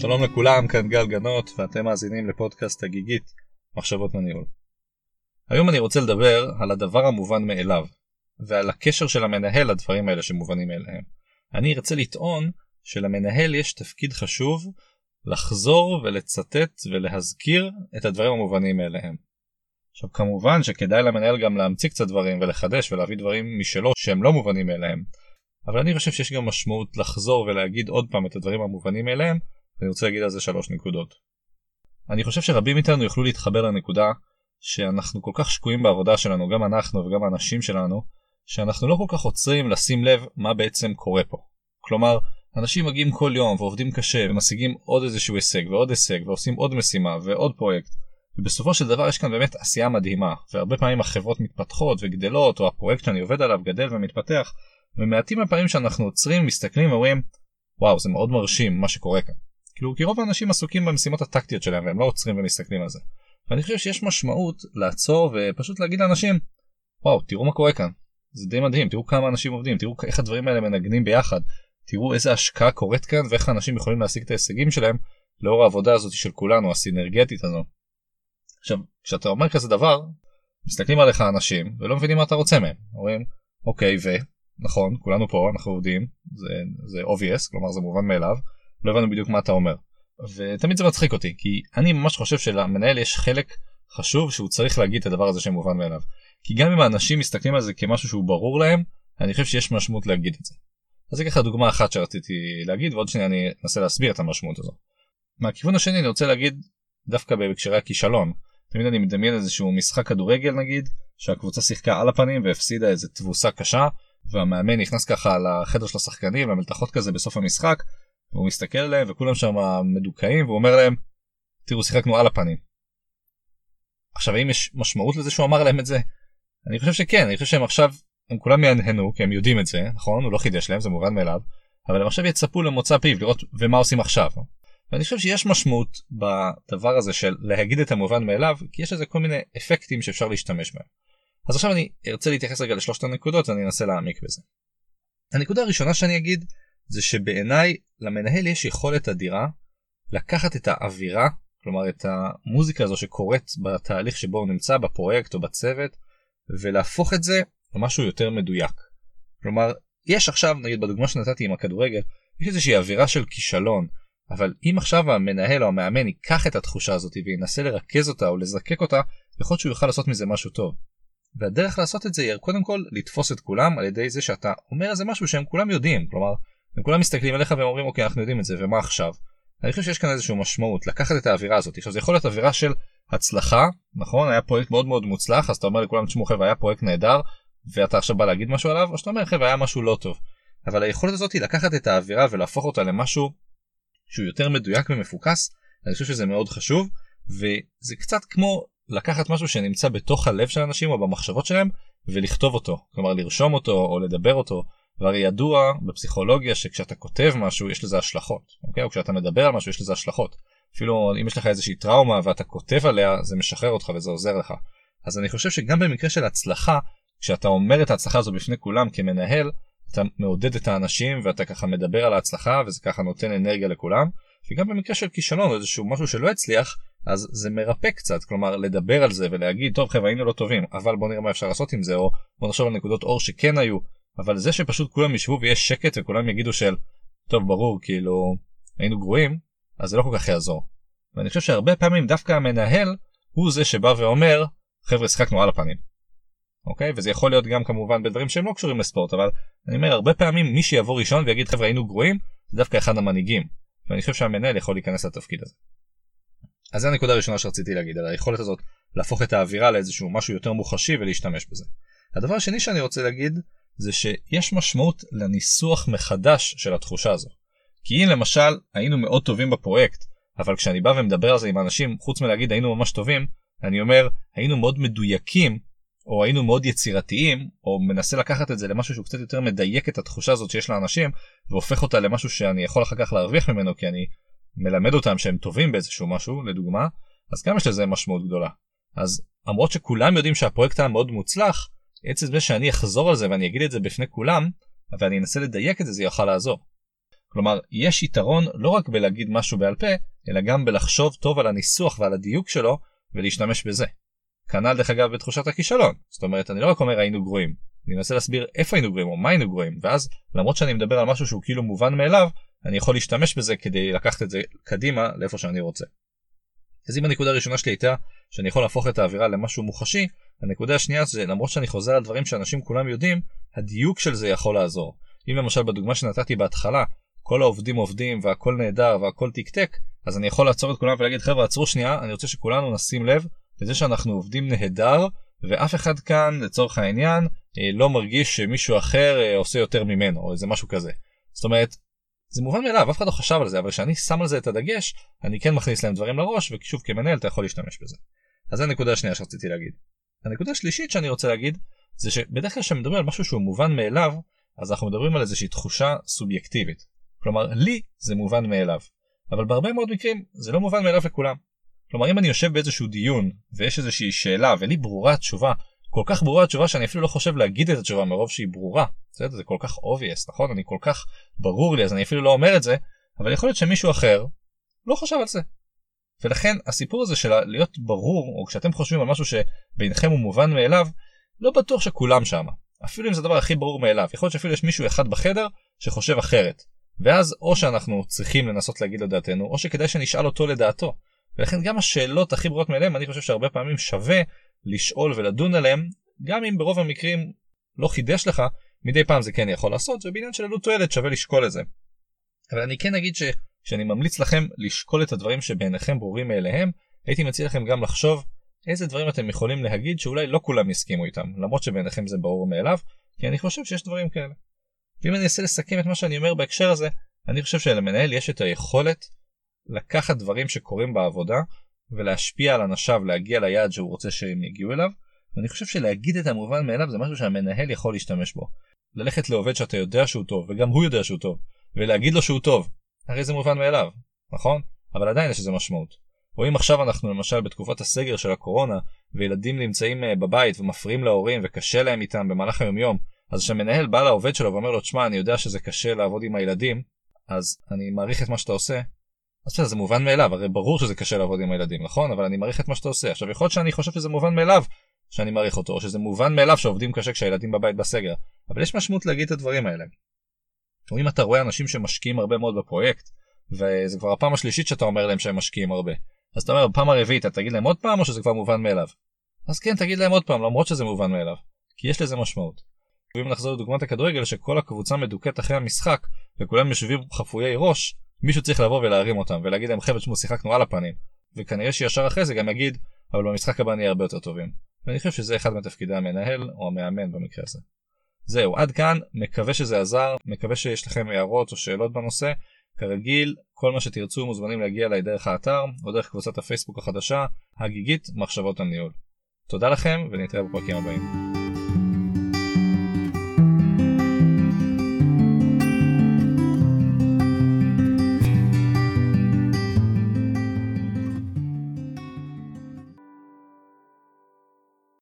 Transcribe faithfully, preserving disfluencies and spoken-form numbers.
שלום לכולם, כאן גל גנות ואתם מאזינים לפודקאסט הגיגית מחשבות לניהול. היום אני רוצה לדבר על הדבר המובן מאליו ועל הקשר של המנהל לדברים האלה שמובנים מאליהם. אני ארצה לטעון שלמנהל יש תפקיד חשוב לחזור ולצטט ולהזכיר את הדברים המובנים מאליהם. עכשיו כמובן שכדאי למנהל גם להמציא קצת דברים ולחדש ולהביא דברים משלו שהם לא מובנים מאליהם. אבל אני חושב שיש גם משמעות לחזור ולהגיד עוד פעם את הדברים המובנים מאליהם, ואני רוצה להגיד על זה שלוש נקודות. אני חושב שרבים מאיתנו יוכלו להתחבר לנקודה שאנחנו כל כך שקועים בעבודה שלנו, גם אנחנו וגם האנשים שלנו, שאנחנו לא כל כך עוצרים לשים לב מה בעצם קורה פה. כלומר, אנשים מגיעים כל יום ועובדים קשה ומשיגים עוד איזשהו הישג ועוד הישג ועושים עוד משימה ועוד פרויקט. ובסופו של דבר יש כאן באמת עשייה מדהימה, והרבה פעמים החברות מתפתחות וגדלות, או הפרויקט שאני עובד עליו גדל ומתפתח, ומעטים הפעמים שאנחנו עוצרים, מסתכלים ואומרים, וואו, זה מאוד מרשים מה שקורה כאן. כאילו, כי רוב האנשים עסוקים במשימות הטקטיות שלהם, והם לא עוצרים ומסתכלים על זה. ואני חושב שיש משמעות לעצור ופשוט להגיד לאנשים, וואו, תראו מה קורה כאן. זה די מדהים, תראו כמה אנשים עובדים, תראו איך הדברים האלה מנגנים ביחד, תראו איזה השקעה קורית כאן, ואיך האנשים יכולים להשיג את ההישגים שלהם, לאור העבודה הזאת של כולנו, הסינרגטית הזו. עכשיו, כשאתה אומר כזה דבר, מסתכלים עליך אנשים, ולא מבינים מה אתה רוצה מהם. אומרים, אוקיי, ו... נכון, כולנו פה, אנחנו עובדים, זה, זה obvious, כלומר זה מובן מאליו, לא הבנו בדיוק מה אתה אומר. ותמיד זה מצחיק אותי, כי אני ממש חושב שלמנהל יש חלק חשוב שהוא צריך להגיד את הדבר הזה שמובן מאליו. כי גם אם האנשים מסתכלים על זה כמשהו שהוא ברור להם, אני חושב שיש משמעות להגיד את זה. אז זה ככה דוגמה אחת שרציתי להגיד, ועוד שנייה אני אנסה להסביר את המשמעות הזו. מהכיוון השני אני רוצה להגיד דווקא בהקשרי הכישלון. תמיד אני מדמיין איזשהו משחק כדורגל נגיד, שהקבוצה שיחקה על הפנים והפסידה איזו תבוסה קשה, והמאמן נכנס ככה לחדר של השחקנים והמלתחות כזה בסוף המשחק, והוא מסתכל עליהם וכולם שם מדוכאים והוא אומר להם, תראו, שיחקנו על הפנים. עכשיו, האם יש משמעות לזה שהוא אמר להם את זה? אני חושב שכן, אני חושב שהם עכשיו, הם כולם ינהנו כי הם יודעים את זה, נכון? הוא לא חידש להם, זה מובן מאליו, אבל הם עכשיו יצפו למוצא פיו לראות ומה עושים עכשיו. ואני חושב שיש משמעות בדבר הזה של להגיד את המובן מאליו, כי יש לזה כל מיני אפקטים שאפשר להשתמש בהם. אז עכשיו אני ארצה להתייחס רגע לשלושת הנקודות ואני אנסה להעמיק בזה. הנקודה הראשונה שאני אגיד זה שבעיניי למנהל יש יכולת אדירה לקחת את האווירה, כלומר את המוזיקה הזו שקורית בתהליך שבו הוא נמצא בפרויקט או בצוות, ולהפוך את זה למשהו יותר מדויק. כלומר, יש עכשיו, נגיד בדוגמה שנתתי עם הכדורגל, יש איזושהי אווירה של כישלון, אבל אם עכשיו המנהל או המאמן ייקח את התחושה הזאת וינסה לרכז אותה או לזקק אותה, יכול להיות שהוא יוכל לעשות מזה משהו טוב. והדרך לעשות את זה היא קודם כל לתפוס את כולם על ידי זה שאתה אומר איזה משהו שהם כולם יודעים, כלומר הם כולם מסתכלים עליך והם אומרים אוקיי אנחנו יודעים את זה ומה עכשיו. אני חושב שיש כאן איזשהו משמעות לקחת את האווירה הזאת. עכשיו זה יכול להיות אווירה של הצלחה, נכון, היה פרויקט מאוד מאוד מוצלח, אז אתה אומר לכולם תשמעו חבר'ה היה פרויקט נהדר ואתה עכשיו בא להגיד משהו עליו, או שאתה אומר חבר'ה היה משהו לא טוב. אבל היכולת הזאת היא לקחת את האווירה ולהפוך אותה למשהו שהוא יותר מדויק ומפוקס. אני חושב שזה מאוד חשוב, וזה קצת כמו לקחת משהו שנמצא בתוך הלב של אנשים או במחשבות שלהם ולכתוב אותו, כלומר לרשום אותו או לדבר אותו. והרי ידוע בפסיכולוגיה שכשאתה כותב משהו יש לזה השלכות, אוקיי? או כשאתה מדבר על משהו יש לזה השלכות. אפילו אם יש לך איזושהי טראומה ואתה כותב עליה זה משחרר אותך וזה עוזר לך. אז אני חושב שגם במקרה של הצלחה, כשאתה אומר את ההצלחה הזו בפני כולם כמנהל, אתה מעודד את האנשים ואתה ככה מדבר על ההצלחה וזה ככה נותן אנרגיה לכולם. וגם במקרה של כישלון או איזשהו משהו שלא הצליח, אז זה מרפא קצת, כלומר לדבר על זה ולהגיד טוב חבר'ה היינו לא טובים אבל בוא נראה מה אפשר לעשות עם זה, או בוא נחשוב על נקודות אור שכן היו. אבל זה שפשוט כולם ישבו ויש שקט וכולם יגידו של טוב ברור כאילו היינו גרועים, אז זה לא כל כך יעזור. ואני חושב שהרבה פעמים דווקא המנהל הוא זה שבא ואומר חבר'ה שחקנו על הפנים, אוקיי? וזה יכול להיות גם כמובן בדברים שהם לא קשורים לספורט, אבל אני אומר הרבה פעמים מי שיבוא ראשון ויגיד חבר'ה היינו גרועים זה דווקא אחד המנהיגים, ואני חושב שהמנהל יכול להיכנס לתפקיד הזה. אז זו הנקודה הראשונה שרציתי להגיד, על היכולת הזאת להפוך את האווירה לאיזשהו משהו יותר מוחשי ולהשתמש בזה. הדבר השני שאני רוצה להגיד זה שיש משמעות לניסוח מחדש של התחושה הזו. כי אם למשל היינו מאוד טובים בפרויקט, אבל כשאני בא ומדבר על זה עם אנשים, חוץ מלהגיד היינו ממש טובים, אני אומר היינו מאוד מדויקים, או היינו מאוד יצירתיים, או מנסה לקחת את זה למשהו שהוא קצת יותר מדייק את התחושה הזאת שיש לאנשים, והופך אותה למשהו שאני יכול אחר כך להרוויח ממנו, כי אני מלמד אותם שהם טובים באיזשהו משהו, לדוגמה, אז גם יש לזה משמעות גדולה. אז למרות שכולם יודעים שהפרויקט היה מאוד מוצלח, עצם זה שאני אחזור על זה ואני אגיד את זה בפני כולם, ואני אנסה לדייק את זה, זה יוכל לעזור. כלומר, יש יתרון לא רק בלהגיד משהו בעל פה, אלא גם בלחשוב טוב על הניסוח ועל הדיוק שלו ולהשתמש בזה. כנ"ל דרך אגב בתחושת הכישלון. זאת אומרת, אני לא רק אומר היינו גרועים, אני מנסה להסביר איפה היינו גרועים או מה היינו גרועים, ואז למרות שאני מדבר על משהו שהוא כאילו מובן מאליו, אני יכול להשתמש בזה כדי לקחת את זה קדימה לאיפה שאני רוצה. אז אם הנקודה הראשונה שלי הייתה שאני יכול להפוך את האווירה למשהו מוחשי, הנקודה השנייה זה למרות שאני חוזר על דברים שאנשים כולם יודעים, הדיוק של זה יכול לעזור. אם למשל בדוגמה שנתתי בהתחלה, כל העובדים עובדים והכל נהדר והכל תקתק, אז אני יכול לעצור את כולם ולהגיד חבר'ה עצרו שנייה, אני רוצה שכולנו נשים לב לזה שאנחנו עובדים נהדר, ואף אחד כאן לצורך העניין לא מרגיש שמישהו אחר עושה יותר ממנו או איזה משהו כזה. זאת אומרת, זה מובן מאליו, אף אחד לא חשב על זה, אבל כשאני שם על זה את הדגש, אני כן מכניס להם דברים לראש, ושוב כמנהל אתה יכול להשתמש בזה. אז זו הנקודה השנייה שרציתי להגיד. הנקודה השלישית שאני רוצה להגיד, זה שבדרך כלל כשמדברים על משהו שהוא מובן מאליו, אז אנחנו מדברים על איזושהי תחושה סובייקטיבית. כלומר, לי זה מובן מאליו. אבל בהרבה מאוד מקרים זה לא מובן מאליו לכולם. כלומר, אם אני יושב באיזשהו דיון, ויש איזושהי שאלה, ולי ברורה התשובה, כל כך ברורה התשובה שאני אפילו לא חושב להגיד את התשובה מרוב שהיא ברורה. זה, זה כל כך obvious, נכון? אני כל כך ברור לי, אז אני אפילו לא אומר את זה, אבל יכול להיות שמישהו אחר לא חשב על זה. ולכן הסיפור הזה של להיות ברור, או כשאתם חושבים על משהו שביניכם הוא מובן מאליו, לא בטוח שכולם שם. אפילו אם זה הדבר הכי ברור מאליו. יכול להיות שאפילו יש מישהו אחד בחדר שחושב אחרת. ואז או שאנחנו צריכים לנסות להגיד לדעתנו, או שכדאי שנשאל אותו לדעתו. ולכן גם השאלות הכי ברורות מאליהם, אני חושב שהרבה פעמים שווה לשאול ולדון עליהם, גם אם ברוב המקרים לא חידש לך, מדי פעם זה כן יכול לעשות, ובעניין של עלות תועלת שווה לשקול את זה. אבל אני כן אגיד שכשאני ממליץ לכם לשקול את הדברים שבעיניכם ברורים מאליהם, הייתי מציע לכם גם לחשוב איזה דברים אתם יכולים להגיד שאולי לא כולם יסכימו איתם, למרות שבעיניכם זה ברור מאליו, כי אני חושב שיש דברים כאלה. ואם אני אנסה לסכם את מה שאני אומר בהקשר הזה, אני חושב שלמנהל יש את היכולת לקחת דברים שקורים בעבודה, ולהשפיע על אנשיו להגיע ליעד שהוא רוצה שהם יגיעו אליו, ואני חושב שלהגיד את המובן מאליו זה משהו שהמנהל יכול להשתמש בו. ללכת לעובד שאתה יודע שהוא טוב, וגם הוא יודע שהוא טוב, ולהגיד לו שהוא טוב, הרי זה מובן מאליו, נכון? אבל עדיין יש איזה משמעות. או אם עכשיו אנחנו למשל בתקופת הסגר של הקורונה, וילדים נמצאים בבית ומפריעים להורים וקשה להם איתם במהלך היום יום, אז כשהמנהל בא לעובד שלו ואומר לו, תשמע, אני יודע שזה קשה לעבוד עם הילדים, אז אני מעריך את מה שאתה עושה. אז זה מובן מאליו, הרי ברור שזה קשה לעבוד עם הילדים, נכון? אבל אני מעריך את מה שאתה עושה. עכשיו, יכול להיות שאני חושב שזה מובן מאליו שאני מעריך אותו, או שזה מובן מאליו שעובדים קשה כשהילדים בבית בסגר. אבל יש משמעות להגיד את הדברים האלה. או אם אתה רואה אנשים שמשקיעים הרבה מאוד בפרויקט, וזה כבר הפעם השלישית שאתה אומר להם שהם משקיעים הרבה, אז אתה אומר, בפעם הרביעית, אתה תגיד להם עוד פעם, או שזה כבר מובן מאליו? אז כן, תגיד להם עוד פעם, למרות שזה מובן מאליו, כי יש לזה משמעות. ואם נחזור לדוגמת הכדורגל, שכל הקבוצה מדוכאת אחרי המשחק, וכולם יושבים חפויי ראש, מישהו צריך לבוא ולהרים אותם, ולהגיד להם, חבר'ה, שמו, שיחקנו על הפנים. וכנראה שישר אחרי זה גם יגיד, אבל במשחק הבא נהיה הרבה יותר טובים. ואני חושב שזה אחד מתפקידי המנהל, או המאמן במקרה הזה. זהו, עד כאן, מקווה שזה עזר, מקווה שיש לכם הערות או שאלות בנושא. כרגיל, כל מה שתרצו מוזמנים להגיע אליי דרך האתר, או דרך קבוצת הפייסבוק החדשה, הגיגית מחשבות על ניהול. תודה לכם, ונתראה בפרקים הבאים.